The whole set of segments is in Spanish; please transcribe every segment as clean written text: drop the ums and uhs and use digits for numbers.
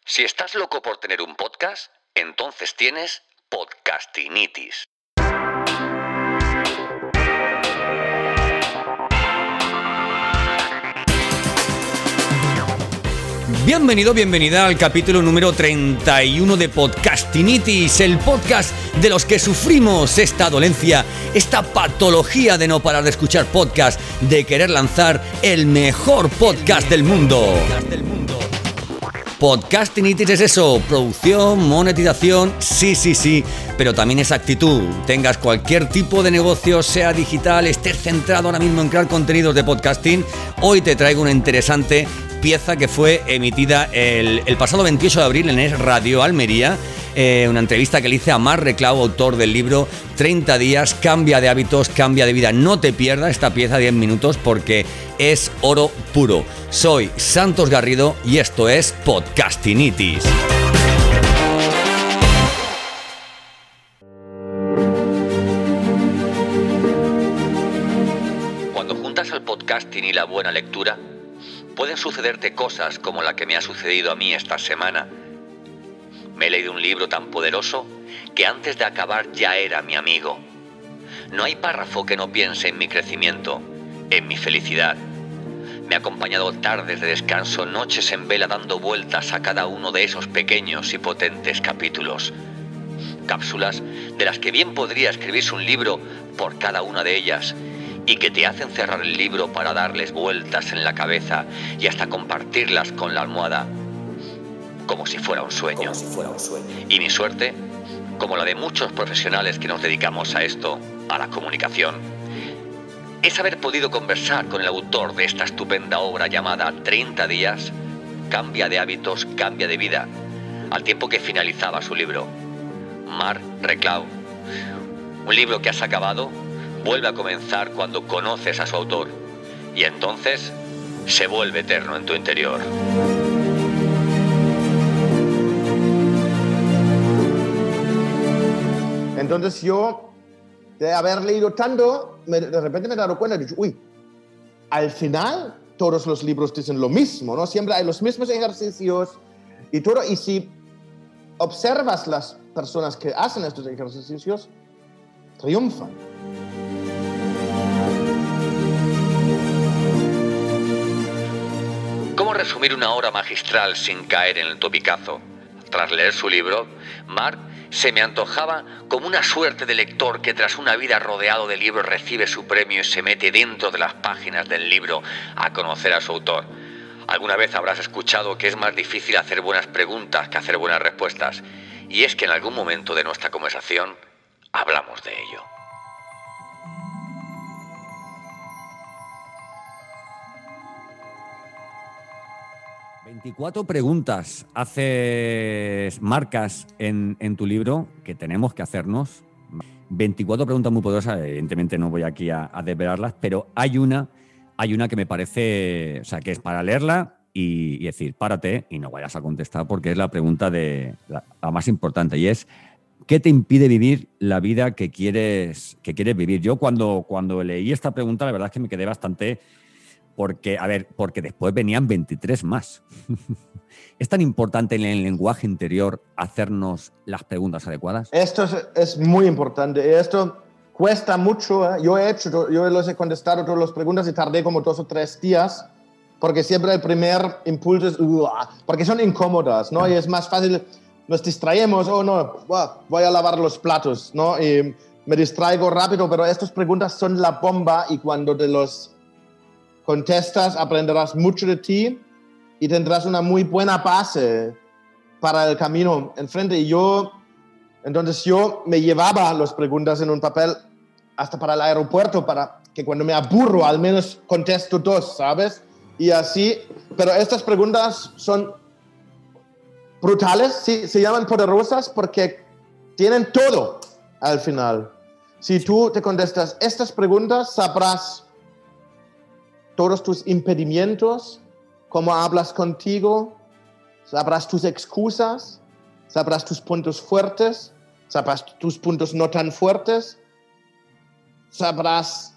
Si estás loco por tener un podcast, entonces tienes podcastinitis. Bienvenido, bienvenida al capítulo número 31 de Podcastinitis, el podcast de los que sufrimos esta dolencia, esta patología de no parar de escuchar podcast, de querer lanzar el mejor podcast del mundo. Podcastinitis es eso, producción, monetización, sí, pero también es actitud. Tengas cualquier tipo de negocio, sea digital, estés centrado ahora mismo en crear contenidos de podcasting, hoy te traigo una interesante pieza que fue emitida el pasado 28 de abril en Es Radio Almería, una entrevista que le hice a Marc Reclau, autor del libro 30 días, cambia de hábitos, cambia de vida. No te pierdas esta pieza de 10 minutos porque es oro puro. Soy Santos Garrido y esto es Podcastinitis. Cuando juntas el podcasting y la buena lectura, pueden sucederte cosas como la que me ha sucedido a mí esta semana. Me he leído un libro tan poderoso que antes de acabar ya era mi amigo. No hay párrafo que no piense en mi crecimiento, en mi felicidad. Me ha acompañado tardes de descanso, noches en vela dando vueltas a cada uno de esos pequeños y potentes capítulos. Cápsulas de las que bien podría escribirse un libro por cada una de ellas, y que te hacen cerrar el libro para darles vueltas en la cabeza y hasta compartirlas con la almohada, como si fuera un sueño. Y mi suerte, como la de muchos profesionales que nos dedicamos a esto, a la comunicación, es haber podido conversar con el autor de esta estupenda obra llamada 30 días, cambia de hábitos, cambia de vida, al tiempo que finalizaba su libro. Marc Reclau. Un libro que has acabado vuelve a comenzar cuando conoces a su autor y entonces se vuelve eterno en tu interior. Entonces yo, de haber leído tanto, de repente me he dado cuenta, uy, al final todos los libros dicen lo mismo, ¿no? Siempre hay los mismos ejercicios y todo, y si observas las personas que hacen estos ejercicios, triunfan. ¿Cómo resumir una obra magistral sin caer en el topicazo? Tras leer su libro, Marc se me antojaba como una suerte de lector que tras una vida rodeado de libros recibe su premio y se mete dentro de las páginas del libro a conocer a su autor. Alguna vez habrás escuchado que es más difícil hacer buenas preguntas que hacer buenas respuestas, y es que en algún momento de nuestra conversación hablamos de ello. ...24 preguntas marcas en tu libro que tenemos que hacernos. 24 preguntas muy poderosas, evidentemente no voy aquí a desvelarlas, pero hay una que me parece, o sea, que es para leerla y decir, párate y no vayas a contestar porque es la pregunta la más importante, y es, ¿qué te impide vivir la vida que quieres vivir? Yo cuando leí esta pregunta, la verdad es que me quedé bastante... Porque después venían 23 más. ¿Es tan importante en el lenguaje interior hacernos las preguntas adecuadas? Esto es muy importante. Esto cuesta mucho. Yo los he contestado todas las preguntas y tardé como 2 o 3 días, porque siempre el primer impulso es, porque son incómodas, ¿no? Y es más fácil, nos distraemos, voy a lavar los platos, ¿no? Y me distraigo rápido, pero estas preguntas son la bomba, y cuando te los contestas, aprenderás mucho de ti y tendrás una muy buena base para el camino enfrente. Entonces yo me llevaba las preguntas en un papel hasta para el aeropuerto, para que cuando me aburro al menos contesto 2, ¿sabes? Y así, pero estas preguntas son brutales, sí, se llaman poderosas porque tienen todo al final. Si tú te contestas estas preguntas, sabrás todos tus impedimentos, cómo hablas contigo, sabrás tus excusas, sabrás tus puntos fuertes, sabrás tus puntos no tan fuertes, sabrás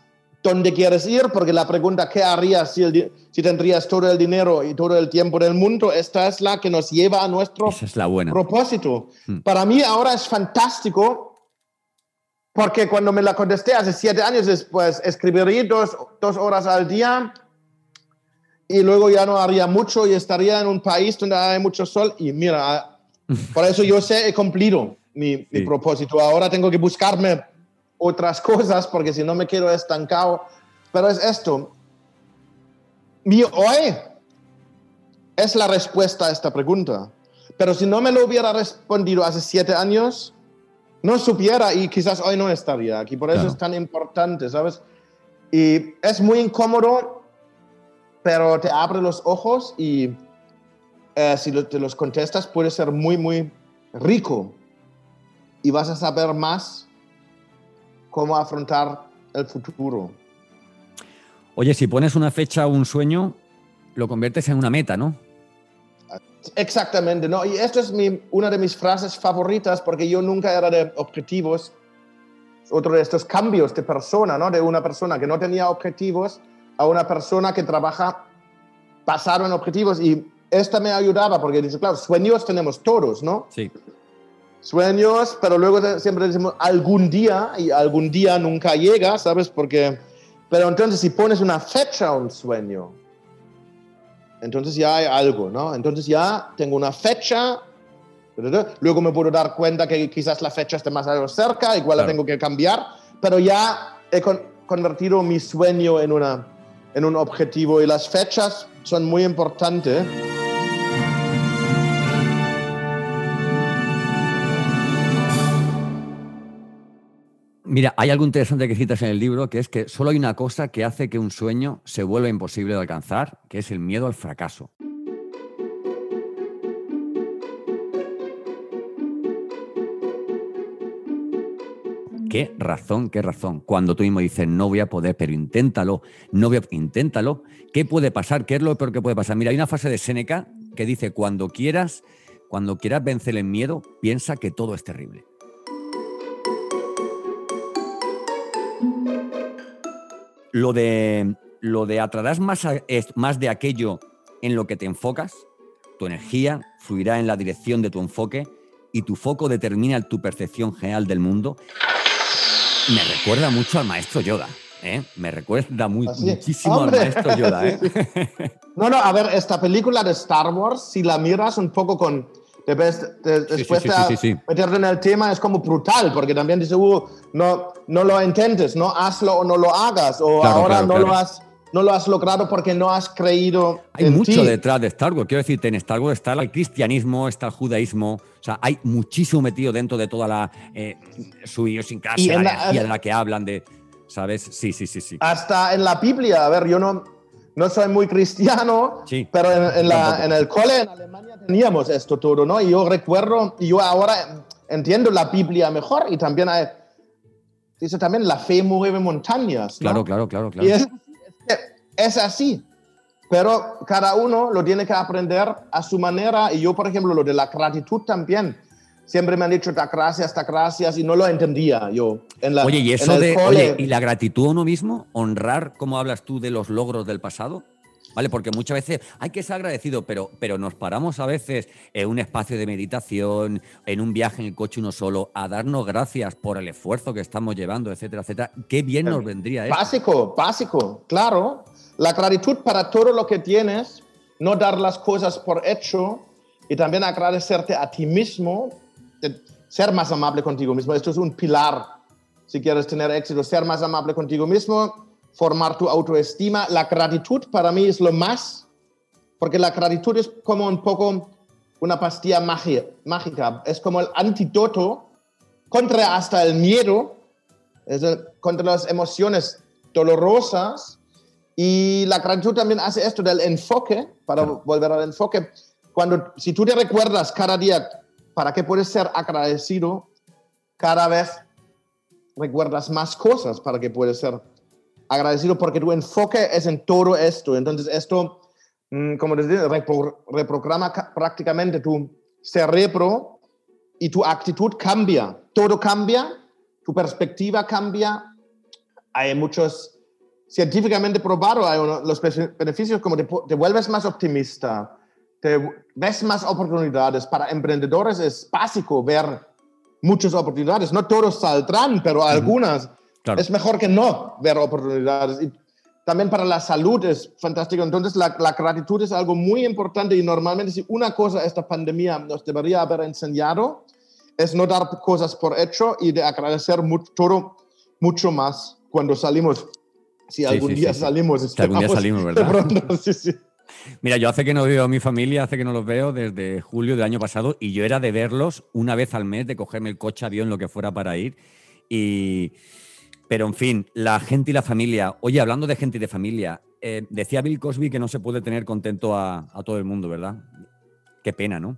dónde quieres ir, porque la pregunta, ¿qué harías si tendrías todo el dinero y todo el tiempo del mundo? Esta es la que nos lleva a nuestro Esa es la buena. propósito. Para mí ahora es fantástico, porque cuando me la contesté hace 7 años después, escribiría 2 horas al día y luego ya no haría mucho y estaría en un país donde hay mucho sol. Y mira, por eso yo sé, he cumplido mi propósito. Ahora tengo que buscarme otras cosas, porque si no me quedo estancado. Pero es esto. Mi hoy es la respuesta a esta pregunta. Pero si no me lo hubiera respondido hace 7 años, no supiera y quizás hoy no estaría aquí. Por eso es tan importante, ¿sabes? Y es muy incómodo, pero te abre los ojos y si te los contestas puede ser muy, muy rico. Y vas a saber más cómo afrontar el futuro. Oye, si pones una fecha o un sueño, lo conviertes en una meta, ¿no? Exactamente, ¿no? Y esto es una de mis frases favoritas, porque yo nunca era de objetivos. Otro de estos cambios de persona, ¿no? De una persona que no tenía objetivos a una persona que trabaja basado en objetivos. Y esta me ayudaba, porque dice, claro, sueños tenemos todos, ¿no? Sí. Sueños, pero luego siempre decimos algún día, y algún día nunca llega, ¿sabes? Pero entonces si pones una fecha a un sueño, entonces ya hay algo, ¿no? Entonces ya tengo una fecha, luego me puedo dar cuenta que quizás la fecha esté más cerca, igual la tengo que cambiar, pero ya he convertido mi sueño en un objetivo, y las fechas son muy importantes. Mira, hay algo interesante que citas en el libro, que es que solo hay una cosa que hace que un sueño se vuelva imposible de alcanzar, que es el miedo al fracaso. Qué razón, qué razón. Cuando tú mismo dices, no voy a poder, pero inténtalo, inténtalo. ¿Qué puede pasar? ¿Qué es lo peor que puede pasar? Mira, hay una frase de Séneca que dice, cuando quieras vencer el miedo, piensa que todo es terrible. Lo de atraerás más de aquello en lo que te enfocas, tu energía fluirá en la dirección de tu enfoque y tu foco determina tu percepción general del mundo. Me recuerda mucho al maestro Yoda, ¿eh? Me recuerda muchísimo al maestro Yoda, ¿eh? No, a ver, esta película de Star Wars, si la miras un poco después de meterte en el tema, es como brutal, porque también dice, no lo intentes, no hazlo o no lo hagas, o claro, ahora no lo has logrado porque no has creído en ti. Hay mucho detrás de Star Wars. Quiero decirte, en Star Wars está el cristianismo, está el judaísmo. O sea, hay muchísimo metido dentro de toda la su idiosincrasia, la energía de la que hablan, ¿sabes? Sí. Hasta en la Biblia, a ver, yo no soy muy cristiano, pero en el cole en Alemania teníamos esto todo, ¿no? Y yo recuerdo, y yo ahora entiendo la Biblia mejor, y también dice también la fe mueve montañas, ¿no? Claro. Y es así, pero cada uno lo tiene que aprender a su manera. Y yo, por ejemplo, lo de la gratitud también. Siempre me han dicho, da gracias, y no lo entendía yo. Oye, y eso ¿y la gratitud a uno mismo? ¿Honrar, como hablas tú, de los logros del pasado? ¿Vale? Porque muchas veces hay que ser agradecido, pero nos paramos a veces en un espacio de meditación, en un viaje en el coche uno solo, a darnos gracias por el esfuerzo que estamos llevando, etcétera, etcétera. Qué bien nos vendría eso. Básico, claro. La gratitud para todo lo que tienes, no dar las cosas por hecho, y también agradecerte a ti mismo, ser más amable contigo mismo. Esto es un pilar si quieres tener éxito, ser más amable contigo mismo, formar tu autoestima. La gratitud para mí es lo más, porque la gratitud es como un poco una pastilla mágica, es como el antídoto contra hasta el miedo, contra las emociones dolorosas. Y la gratitud también hace esto del enfoque, para volver al enfoque. Si tú te recuerdas cada día para qué puedes ser agradecido, cada vez recuerdas más cosas para que puedes ser agradecido, porque tu enfoque es en todo esto. Entonces esto, como te digo, reprograma prácticamente tu cerebro, y tu actitud cambia. Todo cambia, tu perspectiva cambia. Hay muchos científicamente probado, hay los beneficios como te vuelves más optimista, te ves más oportunidades. Para emprendedores es básico ver muchas oportunidades. No todos saldrán, pero algunas. Claro. Es mejor que no ver oportunidades. Y también para la salud es fantástico. Entonces la gratitud es algo muy importante y normalmente si una cosa esta pandemia nos debería haber enseñado es no dar cosas por hecho y de agradecer todo mucho más cuando salimos. Si algún día salimos. Si algún día salimos, ¿verdad? De pronto, sí. Mira, yo hace que no veo a mi familia, hace que no los veo desde julio del año pasado y yo era de verlos una vez al mes, de cogerme el coche, avión, lo que fuera para ir. Pero, en fin, la gente y la familia. Oye, hablando de gente y de familia, decía Bill Cosby que no se puede tener contento a todo el mundo, ¿verdad? Qué pena, ¿no?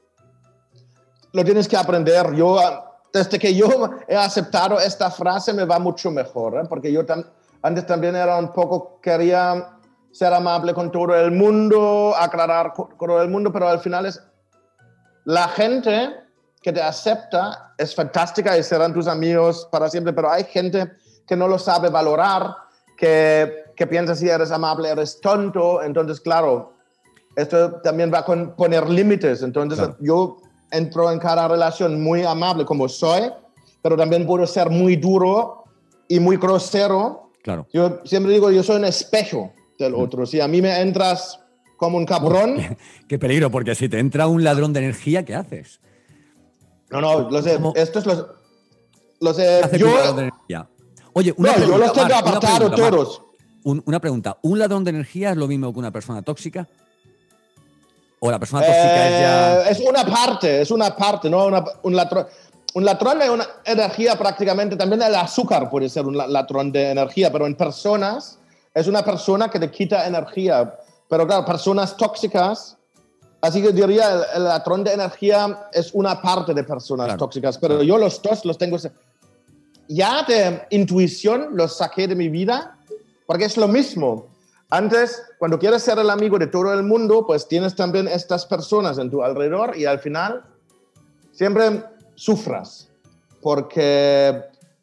Lo tienes que aprender. Desde que yo he aceptado esta frase me va mucho mejor, ¿eh? Porque yo antes también era un poco, quería ser amable con todo el mundo, aclarar con todo el mundo, pero al final es la gente que te acepta es fantástica y serán tus amigos para siempre, pero hay gente que no lo sabe valorar, que piensa si eres amable, eres tonto. Entonces, claro, esto también va a poner límites. Entonces, claro, yo entro en cada relación muy amable como soy, pero también puedo ser muy duro y muy grosero. Claro. Yo siempre digo, yo soy un espejo del otro. Si a mí me entras como un cabrón... Qué peligro, porque si te entra un ladrón de energía, ¿qué haces? No, lo sé. Esto es lo sé. Oye, yo los tengo apartados todos. Una pregunta. ¿Un ladrón de energía es lo mismo que una persona tóxica? ¿O la persona tóxica es ya...? Es una parte, ¿no? Un ladrón de una energía prácticamente, también el azúcar puede ser un ladrón de energía, pero en personas es una persona que te quita energía. Pero claro, personas tóxicas, así que diría el ladrón de energía es una parte de personas tóxicas, pero yo los dos los tengo ya de intuición, los saqué de mi vida, porque es lo mismo. Antes, cuando quieres ser el amigo de todo el mundo, pues tienes también estas personas en tu alrededor y al final siempre sufras. Porque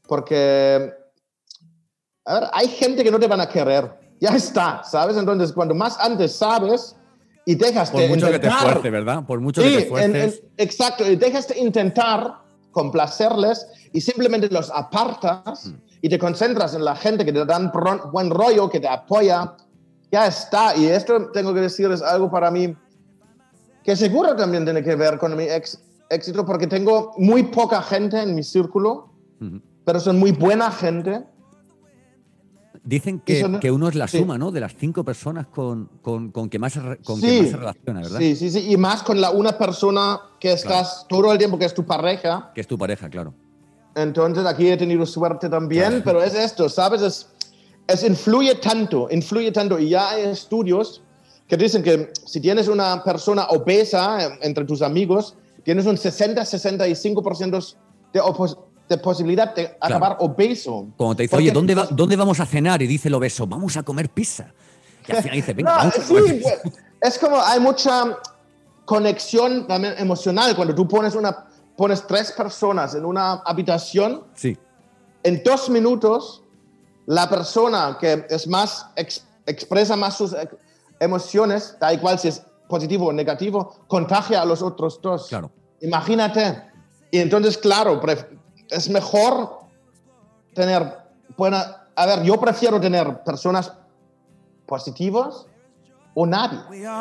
a ver, hay gente que no te van a querer. Ya está, ¿sabes? Entonces, cuando más antes sabes y dejas de intentar... Por mucho que te esfuerces, ¿verdad? Por mucho que te esfuerces. Exacto, y dejas de intentar complacerles y simplemente los apartas y te concentras en la gente que te dan buen rollo, que te apoya. Ya está. Y esto, tengo que decir, es algo para mí que seguro también tiene que ver con mi éxito, porque tengo muy poca gente en mi círculo, pero son muy buena gente. Dicen que uno es la suma, ¿no? De las 5 personas con que más se relaciona, ¿verdad? Sí. Y más con una persona que estás todo el tiempo, que es tu pareja. Que es tu pareja, claro. Entonces, aquí he tenido suerte también, pero es esto, ¿sabes? Es influye tanto. Y ya hay estudios que dicen que si tienes una persona obesa entre tus amigos, tienes un 60-65% de posibilidad de acabar obeso. Cuando te dice, oye, ¿dónde vamos a cenar? Y dice el obeso, vamos a comer pizza. Y al final dice, venga, vamos a comer pizza. Es como hay mucha conexión también emocional. Cuando tú pones 3 personas en una habitación, en 2 minutos, la persona que es más expresa más sus emociones, da igual si es positivo o negativo, contagia a los otros 2. Claro. Imagínate. Y entonces, claro, es mejor tener a ver, yo prefiero tener personas positivas o nadie.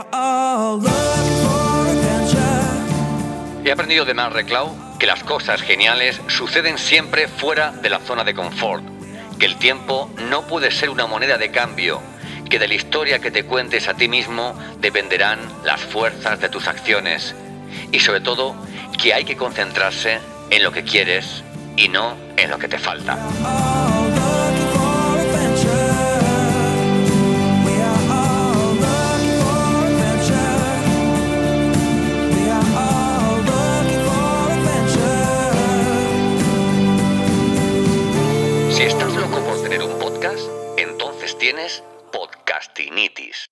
He aprendido de Marc Reclau que las cosas geniales suceden siempre fuera de la zona de confort, que el tiempo no puede ser una moneda de cambio, que de la historia que te cuentes a ti mismo dependerán las fuerzas de tus acciones y sobre todo que hay que concentrarse en lo que quieres y no en lo que te falta. Si estás loco por tener un podcast, entonces tienes podcastinitis.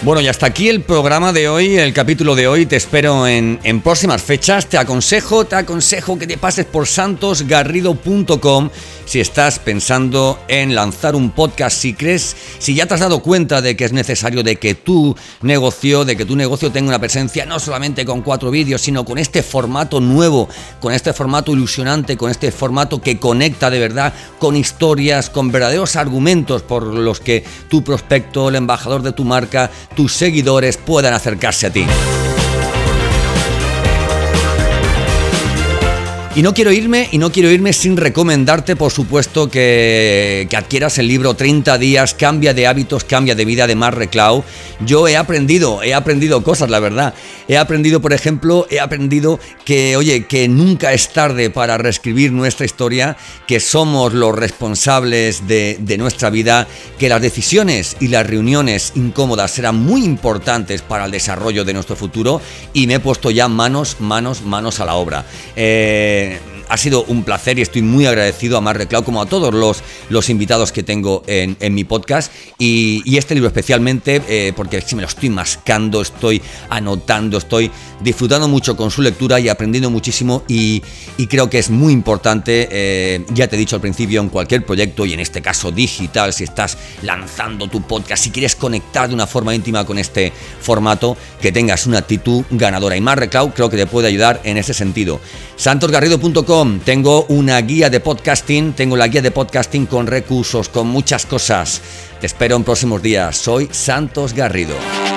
Bueno, y hasta aquí el programa de hoy, el capítulo de hoy. Te espero en próximas fechas. Te aconsejo que te pases por santosgarrido.com si estás pensando en lanzar un podcast, si ya te has dado cuenta de que es necesario de que tu negocio tenga una presencia no solamente con 4 vídeos, sino con este formato nuevo, con este formato ilusionante, con este formato que conecta de verdad con historias, con verdaderos argumentos por los que tu prospecto, el embajador de tu marca, tus seguidores puedan acercarse a ti. Y no quiero irme sin recomendarte, por supuesto, que adquieras el libro 30 días, cambia de hábitos, cambia de vida, de Marc Reclau. Yo he aprendido cosas, la verdad. He aprendido, por ejemplo, que nunca es tarde para reescribir nuestra historia, que somos los responsables de nuestra vida, que las decisiones y las reuniones incómodas serán muy importantes para el desarrollo de nuestro futuro, y me he puesto ya manos a la obra. Ha sido un placer y estoy muy agradecido a Marc Reclau, como a todos los invitados que tengo en mi podcast, y este libro especialmente porque sí me lo estoy mascando, estoy anotando, estoy disfrutando mucho con su lectura y aprendiendo muchísimo, y creo que es muy importante, ya te he dicho al principio, en cualquier proyecto, y en este caso digital, si estás lanzando tu podcast, si quieres conectar de una forma íntima con este formato, que tengas una actitud ganadora, y Marc Reclau creo que te puede ayudar en ese sentido. santosgarrido.com. Tengo una guía de podcasting, con recursos, con muchas cosas. Te espero en próximos días. Soy Santos Garrido.